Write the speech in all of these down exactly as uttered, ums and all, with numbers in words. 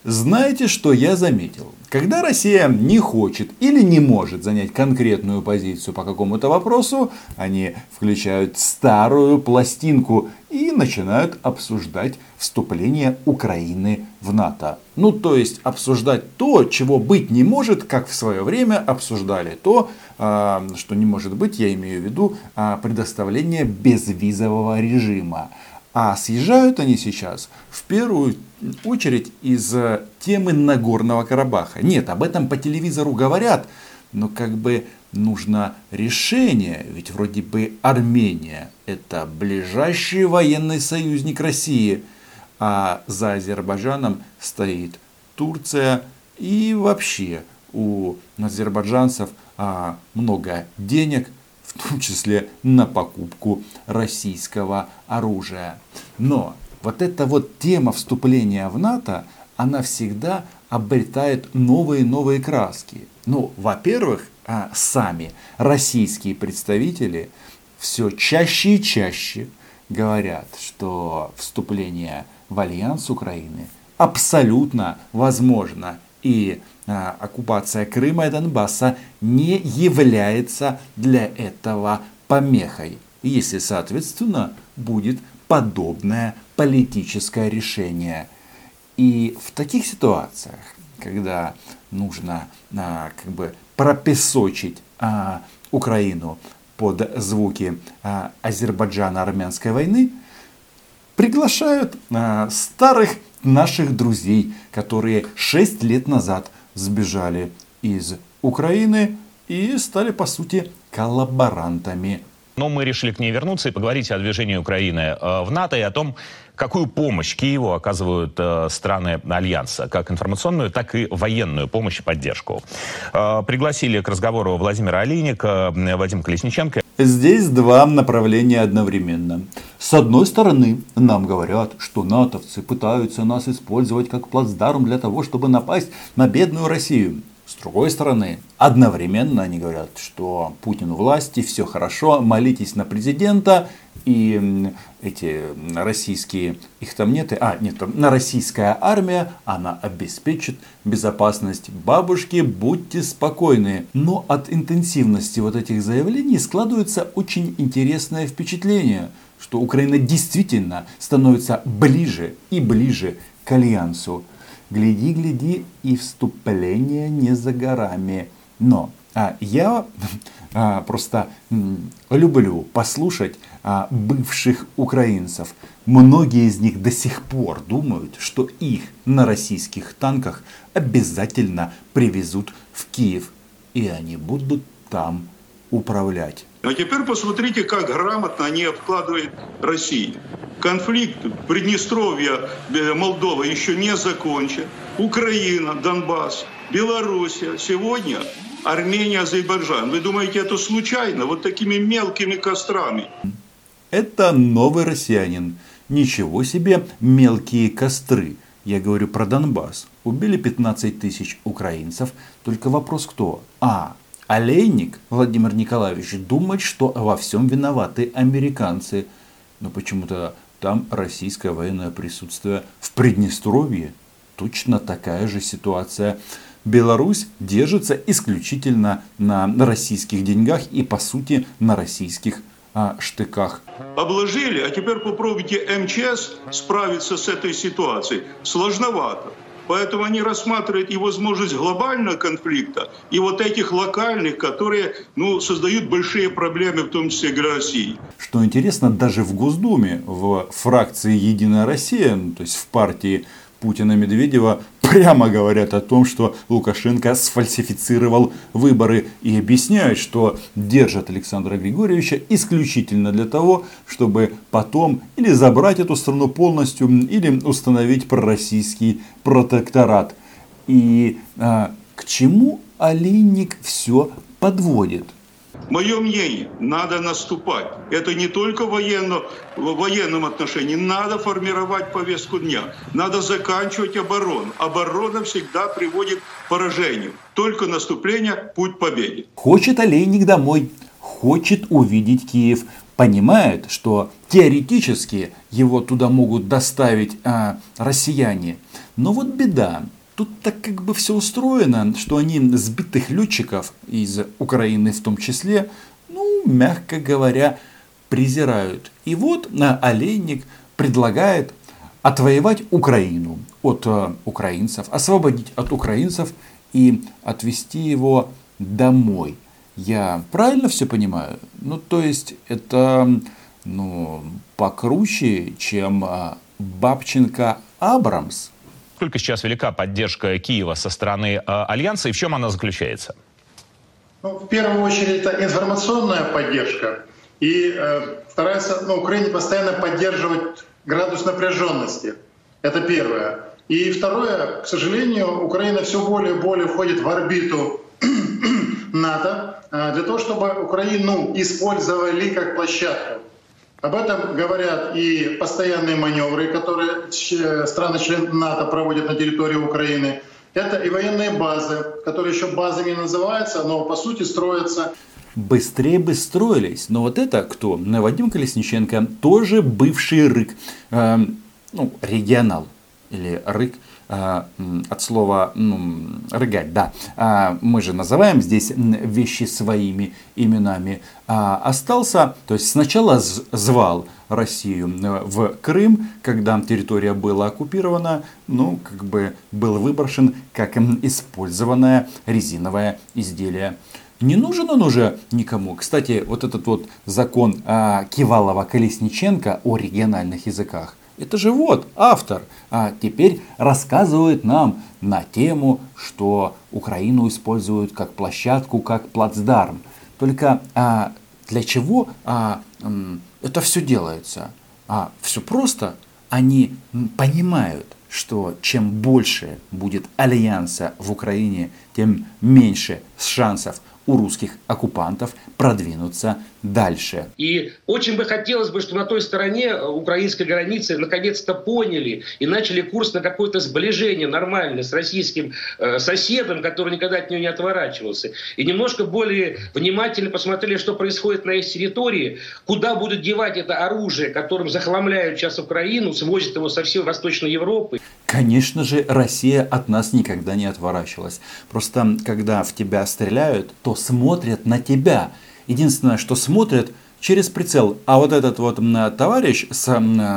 Знаете, что я заметил? Когда Россия не хочет или не может занять конкретную позицию по какому-то вопросу, они включают старую пластинку и начинают обсуждать вступление Украины в НАТО. Ну, то есть обсуждать то, чего быть не может, как в свое время обсуждали то, что не может быть, я имею в виду предоставление безвизового режима. А съезжают они сейчас в первую очередь из темы Нагорного Карабаха. Нет, об этом по телевизору говорят, но как бы нужно решение. Ведь вроде бы Армения это ближайший военный союзник России. А за Азербайджаном стоит Турция. И вообще у азербайджанцев а, много денег. В том числе на покупку российского оружия. Но вот эта вот тема вступления в НАТО, она всегда обретает новые и новые краски. Ну, во-первых, сами российские представители все чаще и чаще говорят, что вступление в альянс Украины абсолютно возможно. И а, оккупация Крыма и Донбасса не является для этого помехой, если, соответственно, будет подобное политическое решение. И в таких ситуациях, когда нужно а, как бы пропесочить а, Украину под звуки а, Азербайджано-армянской войны, приглашают а, старых наших друзей, которые шесть лет назад сбежали из Украины и стали, по сути, коллаборантами. Но мы решили к ней вернуться и поговорить о движении Украины в НАТО и о том, какую помощь Киеву оказывают страны Альянса, как информационную, так и военную помощь и поддержку. Пригласили к разговору Владимира Олейника, Вадима Колесниченко. Здесь два направления одновременно. С одной стороны, нам говорят, что натовцы пытаются нас использовать как плацдарм для того, чтобы напасть на бедную Россию. С другой стороны, одновременно они говорят, что Путин у власти, все хорошо, молитесь на президента, и эти российские, их там нет, а нет, на российская армия, она обеспечит безопасность бабушки, будьте спокойны. Но от интенсивности вот этих заявлений складывается очень интересное впечатление, что Украина действительно становится ближе и ближе к альянсу. Гляди, гляди, и вступление не за горами. Но а, я а, просто м, люблю послушать а, бывших украинцев. Многие из них до сих пор думают, что их на российских танках обязательно привезут в Киев. И они будут там управлять. А теперь посмотрите, как грамотно они обкладывают Россию. Конфликт Приднестровья, Молдова еще не закончен. Украина, Донбасс, Белоруссия. Сегодня Армения, Азербайджан. Вы думаете, это случайно? Вот такими мелкими кострами. Это новый россиянин. Ничего себе мелкие костры. Я говорю про Донбасс. Убили пятнадцать тысяч украинцев. Только вопрос кто? А, Олейник Владимир Николаевич думает, что во всем виноваты американцы. Но почему-то там российское военное присутствие. В Приднестровье точно такая же ситуация. Беларусь держится исключительно на российских деньгах и, по сути, на российских а, штыках. Обложили, а теперь попробуйте эм че эс справиться с этой ситуацией. Сложновато. Поэтому они рассматривают и возможность глобального конфликта, и вот этих локальных, которые ну, создают большие проблемы, в том числе для России. Что интересно, даже в Госдуме, в фракции «Единая Россия», то есть в партии Путина-Медведева, прямо говорят о том, что Лукашенко сфальсифицировал выборы и объясняют, что держат Александра Григорьевича исключительно для того, чтобы потом или забрать эту страну полностью, или установить пророссийский протекторат. И а, к чему Олейник все подводит? Мое мнение, надо наступать. Это не только военно, в военном отношении. Надо формировать повестку дня. Надо заканчивать оборону. Оборона всегда приводит к поражению. Только наступление – путь к победе. Хочет Олейник домой. Хочет увидеть Киев. Понимает, что теоретически его туда могут доставить а, россияне. Но вот беда. Тут так как бы все устроено, что они сбитых летчиков из Украины в том числе, ну, мягко говоря, презирают. И вот Олейник предлагает отвоевать Украину от э, украинцев, освободить от украинцев и отвезти его домой. Я правильно все понимаю? Ну, то есть, это ну, покруче, чем э, Бабченко Абрамс. Насколько сейчас велика поддержка Киева со стороны э, Альянса и в чем она заключается? Ну, в первую очередь, это информационная поддержка. И э, старается на Украине постоянно поддерживать градус напряженности. Это первое. И второе, к сожалению, Украина все более и более входит в орбиту НАТО э, для того, чтобы Украину использовали как площадку. Об этом говорят и постоянные маневры, которые страны-члены НАТО проводят на территории Украины. Это и военные базы, которые еще базами называются, но по сути строятся. Быстрее бы строились. Но вот это кто? Вадим Колесниченко, тоже бывший рык. Э, ну, регионал. Или рык. Э, от слова ну, рыгать, да. Э, мы же называем здесь вещи своими именами. Э, остался, то есть сначала звал Россию в Крым, когда территория была оккупирована, ну, как бы был выброшен как использованное резиновое изделие. Не нужен он уже никому. Кстати, вот этот вот закон а, Кивалова-Колесниченко о региональных языках, это же вот автор а теперь рассказывает нам на тему, что Украину используют как площадку, как плацдарм. Только а, для чего а, это все делается? А все просто. Они понимают, что чем больше будет альянса в Украине, тем меньше шансов у русских оккупантов продвинуться дальше. И очень бы хотелось бы, чтобы на той стороне украинской границы наконец-то поняли и начали курс на какое-то сближение нормальное с российским э, соседом, который никогда от него не отворачивался. И немножко более внимательно посмотрели, что происходит на их территории, куда будут девать это оружие, которым захламляют сейчас Украину, свозят его со всей Восточной Европы. Конечно же, Россия от нас никогда не отворачивалась. Просто когда в тебя стреляют, то смотрят на тебя. Единственное, что смотрят через прицел. А вот этот вот товарищ с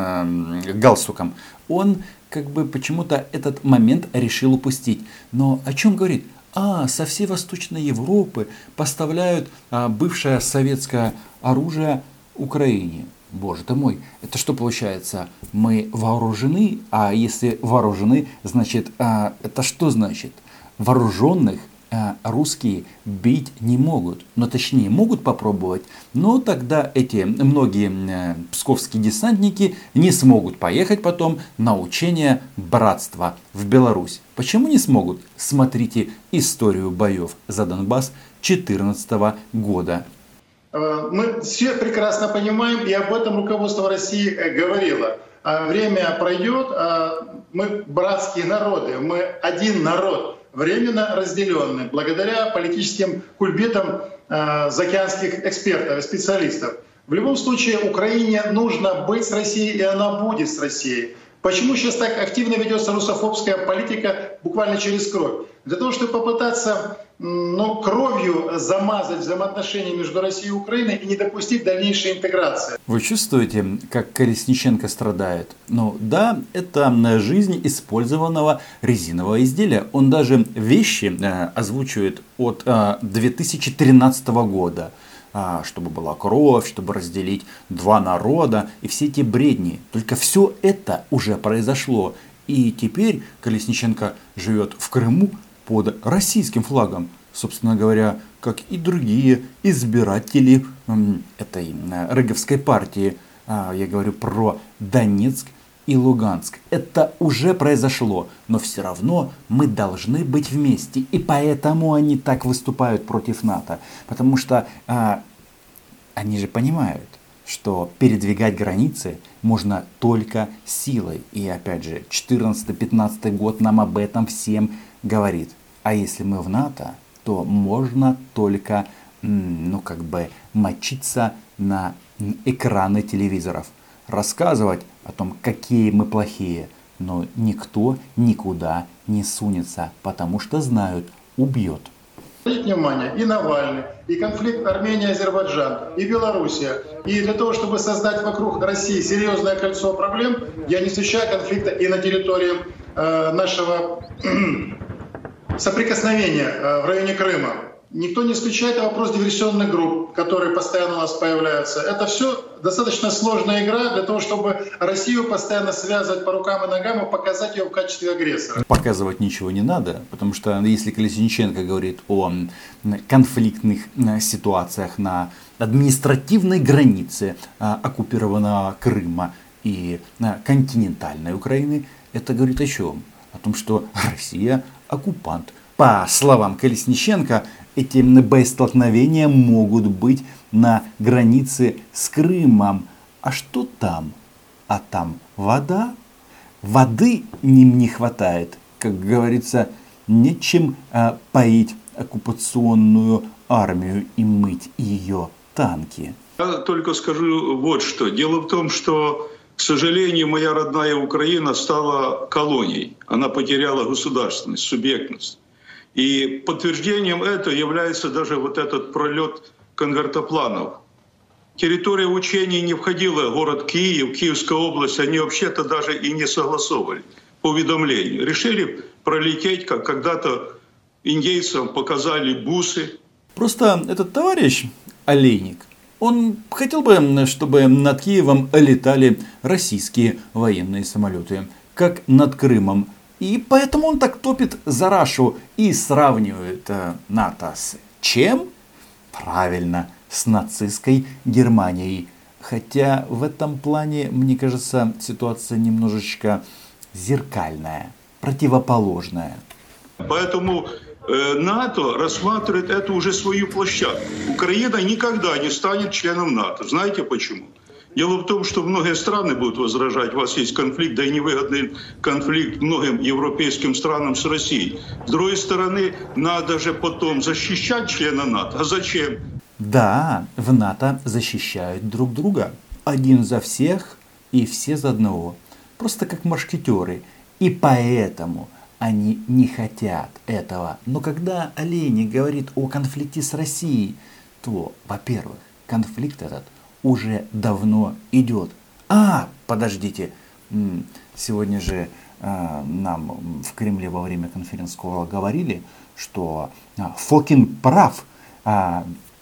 э, галстуком, он как бы почему-то этот момент решил упустить. Но о чем говорит? А, со всей Восточной Европы поставляют а, бывшее советское оружие Украине. Боже ты мой, это что получается? Мы вооружены, а если вооружены, значит, а, это что значит? Вооруженных а, русские бить не могут. Но точнее, могут попробовать, но тогда эти многие а, псковские десантники не смогут поехать потом на учение братства в Беларусь. Почему не смогут? Смотрите историю боев за Донбасс две тысячи четырнадцатого года. Мы все прекрасно понимаем, и об этом руководство России говорило. Время пройдет, мы братские народы, мы один народ, временно разделенный, благодаря политическим кульбитам заокеанских экспертов и специалистов. В любом случае, Украине нужно быть с Россией, и она будет с Россией. Почему сейчас так активно ведется русофобская политика буквально через кровь? Для того, чтобы попытаться ну, кровью замазать взаимоотношения между Россией и Украиной и не допустить дальнейшей интеграции. Вы чувствуете, как Колесниченко страдает? Ну да, это жизнь использованного резинового изделия. Он даже вещи э, озвучивает от э, две тысячи тринадцатого года. Чтобы была кровь, чтобы разделить два народа и все эти бредни. Только все это уже произошло. И теперь Колесниченко живет в Крыму под российским флагом. Собственно говоря, как и другие избиратели этой рыговской партии. Я говорю про Донецк и Луганск. Это уже произошло, но все равно мы должны быть вместе. И поэтому они так выступают против НАТО. Потому что а, они же понимают, что передвигать границы можно только силой. И опять же, четырнадцатый-пятнадцатый год нам об этом всем говорит. А если мы в НАТО, то можно только, ну как бы, мочиться на экраны телевизоров. Рассказывать о том, какие мы плохие. но никто никуда не сунется, потому что знают, убьет. Обратите внимание, и Навальный, и конфликт Армения-Азербайджан, и Белоруссия. И для того, чтобы создать вокруг России серьезное кольцо проблем, я не исключаю конфликта и на территории э, нашего э, соприкосновения э, в районе Крыма. Никто не исключает вопрос диверсионных групп, которые постоянно у нас появляются. Это все достаточно сложная игра для того, чтобы Россию постоянно связывать по рукам и ногам и показать ее в качестве агрессора. Показывать ничего не надо, потому что если Колесниченко говорит о конфликтных ситуациях на административной границе оккупированного Крыма и континентальной Украины, это говорит о чем? О том, что Россия оккупант. По словам Колесниченко, эти боестолкновения могут быть на границе с Крымом. А что там? А там вода? Воды им не хватает. Как говорится, нечем а, поить оккупационную армию и мыть ее танки. Я только скажу вот что. Дело в том, что, к сожалению, моя родная Украина стала колонией. Она потеряла государственность, субъектность. И подтверждением этого является даже вот этот пролет конгартопланов. Территория учений не входила в город Киев, Киевская область. Они вообще-то даже и не согласовывали по уведомлению. Решили пролететь, как когда-то индейцам показали бусы. Просто этот товарищ, Олейник, он хотел бы, чтобы над Киевом летали российские военные самолеты, как над Крымом. И поэтому он так топит за Рашу и сравнивает э, НАТО с чем? Правильно, с нацистской Германией. Хотя в этом плане, мне кажется, ситуация немножечко зеркальная, противоположная. Поэтому э, НАТО рассматривает эту уже свою площадку. Украина никогда не станет членом НАТО. Знаете почему? Дело в том, что многие страны будут возражать, у вас есть конфликт, да и невыгодный конфликт многим европейским странам с Россией. С другой стороны, надо же потом защищать члена НАТО. А зачем? Да, в НАТО защищают друг друга. Один за всех и все за одного. Просто как мушкетеры. И поэтому они не хотят этого. Но когда Олейник говорит о конфликте с Россией, то, во-первых, конфликт этот уже давно идет. А, подождите, сегодня же э, нам в Кремле во время конференц-кола говорили, что э, Фокин прав, э,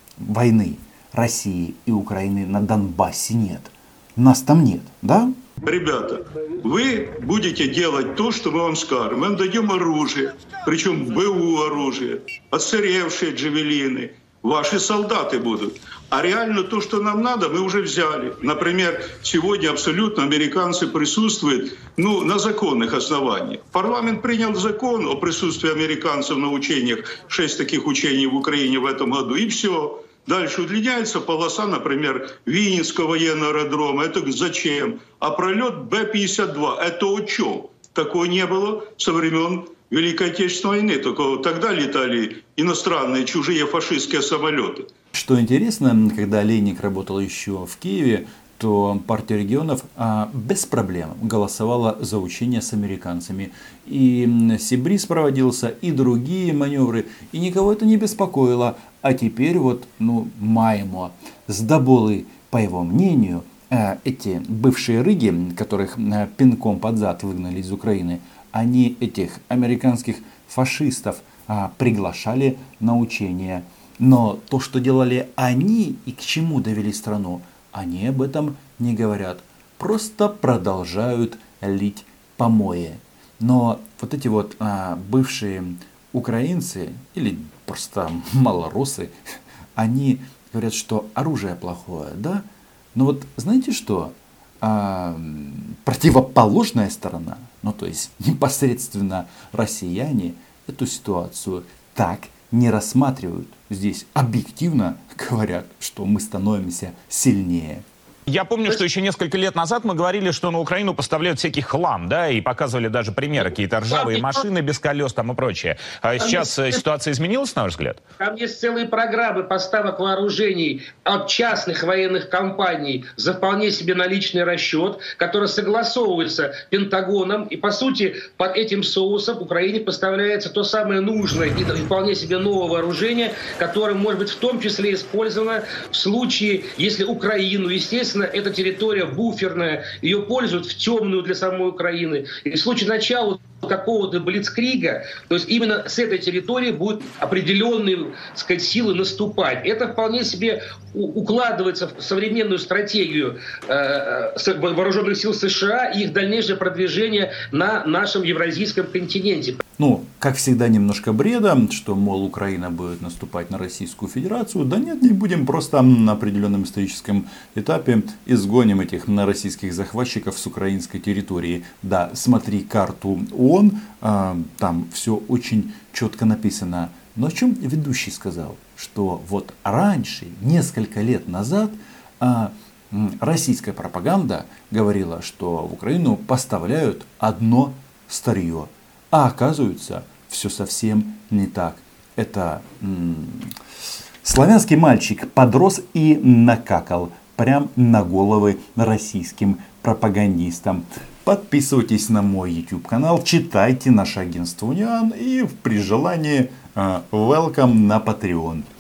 войны России и Украины на Донбассе нет. Нас там нет, да? Ребята, вы будете делать то, что мы вам скажем. Мы вам дадим оружие, причем БУ оружие, отсыревшие джавелины. Ваши солдаты будут. А реально то, что нам надо, мы уже взяли. Например, сегодня абсолютно американцы присутствуют ну, на законных основаниях. Парламент принял закон о присутствии американцев на учениях. Шесть таких учений в Украине в этом году. И все. Дальше удлиняется полоса, например, Винницкого военного аэродрома. Это зачем? А пролет Б пятьдесят два. Это о чем? Такого не было со времен Великой Отечественной войны. Только тогда летали иностранные, чужие фашистские самолеты. Что интересно, когда Олейник работал еще в Киеве, то партия регионов а, без проблем голосовала за учения с американцами. И Сибриз проводился, и другие маневры, и никого это не беспокоило. А теперь вот, ну, маємо. Здобули, по его мнению, эти бывшие рыги, которых пинком под зад выгнали из Украины, они этих американских фашистов а, приглашали на учения. Но то, что делали они и к чему довели страну, они об этом не говорят. Просто продолжают лить помои. Но вот эти вот а, бывшие украинцы или просто малоросы, они говорят, что оружие плохое, да? Но вот знаете что? А, противоположная сторона, ну то есть непосредственно россияне, эту ситуацию так не рассматривают. Здесь объективно говорят, что мы становимся сильнее. Я помню, что еще несколько лет назад мы говорили, что на Украину поставляют всякий хлам, да, и показывали даже примеры, какие-то ржавые машины без колес там и прочее. А сейчас ситуация изменилась, на ваш взгляд? Там есть целые программы поставок вооружений от частных военных компаний за вполне себе наличный расчет, которые согласовываются Пентагоном, и по сути под этим соусом Украине поставляется то самое нужное и вполне себе новое вооружение, которое может быть в том числе использовано в случае, если Украину, естественно, эта территория буферная, ее пользуют в темную для самой Украины. И в случае начала какого-то блицкрига, то есть именно с этой территории будут определенные, так сказать, силы наступать. Это вполне себе укладывается в современную стратегию э, вооруженных сил США и их дальнейшее продвижение на нашем евразийском континенте. Ну, как всегда, немножко бреда, что, мол, Украина будет наступать на Российскую Федерацию. Да нет, не будем, просто на определенном историческом этапе изгоним этих российских захватчиков с украинской территории. Да, смотри карту ООН, там все очень четко написано. Но о чем ведущий сказал? Что вот раньше, несколько лет назад, российская пропаганда говорила, что в Украину поставляют одно старье. А оказывается, все совсем не так. Это м- славянский мальчик подрос и накакал прям на головы российским пропагандистам. Подписывайтесь на мой YouTube канал, читайте наше агентство Униан и при желании э, welcome на Patreon.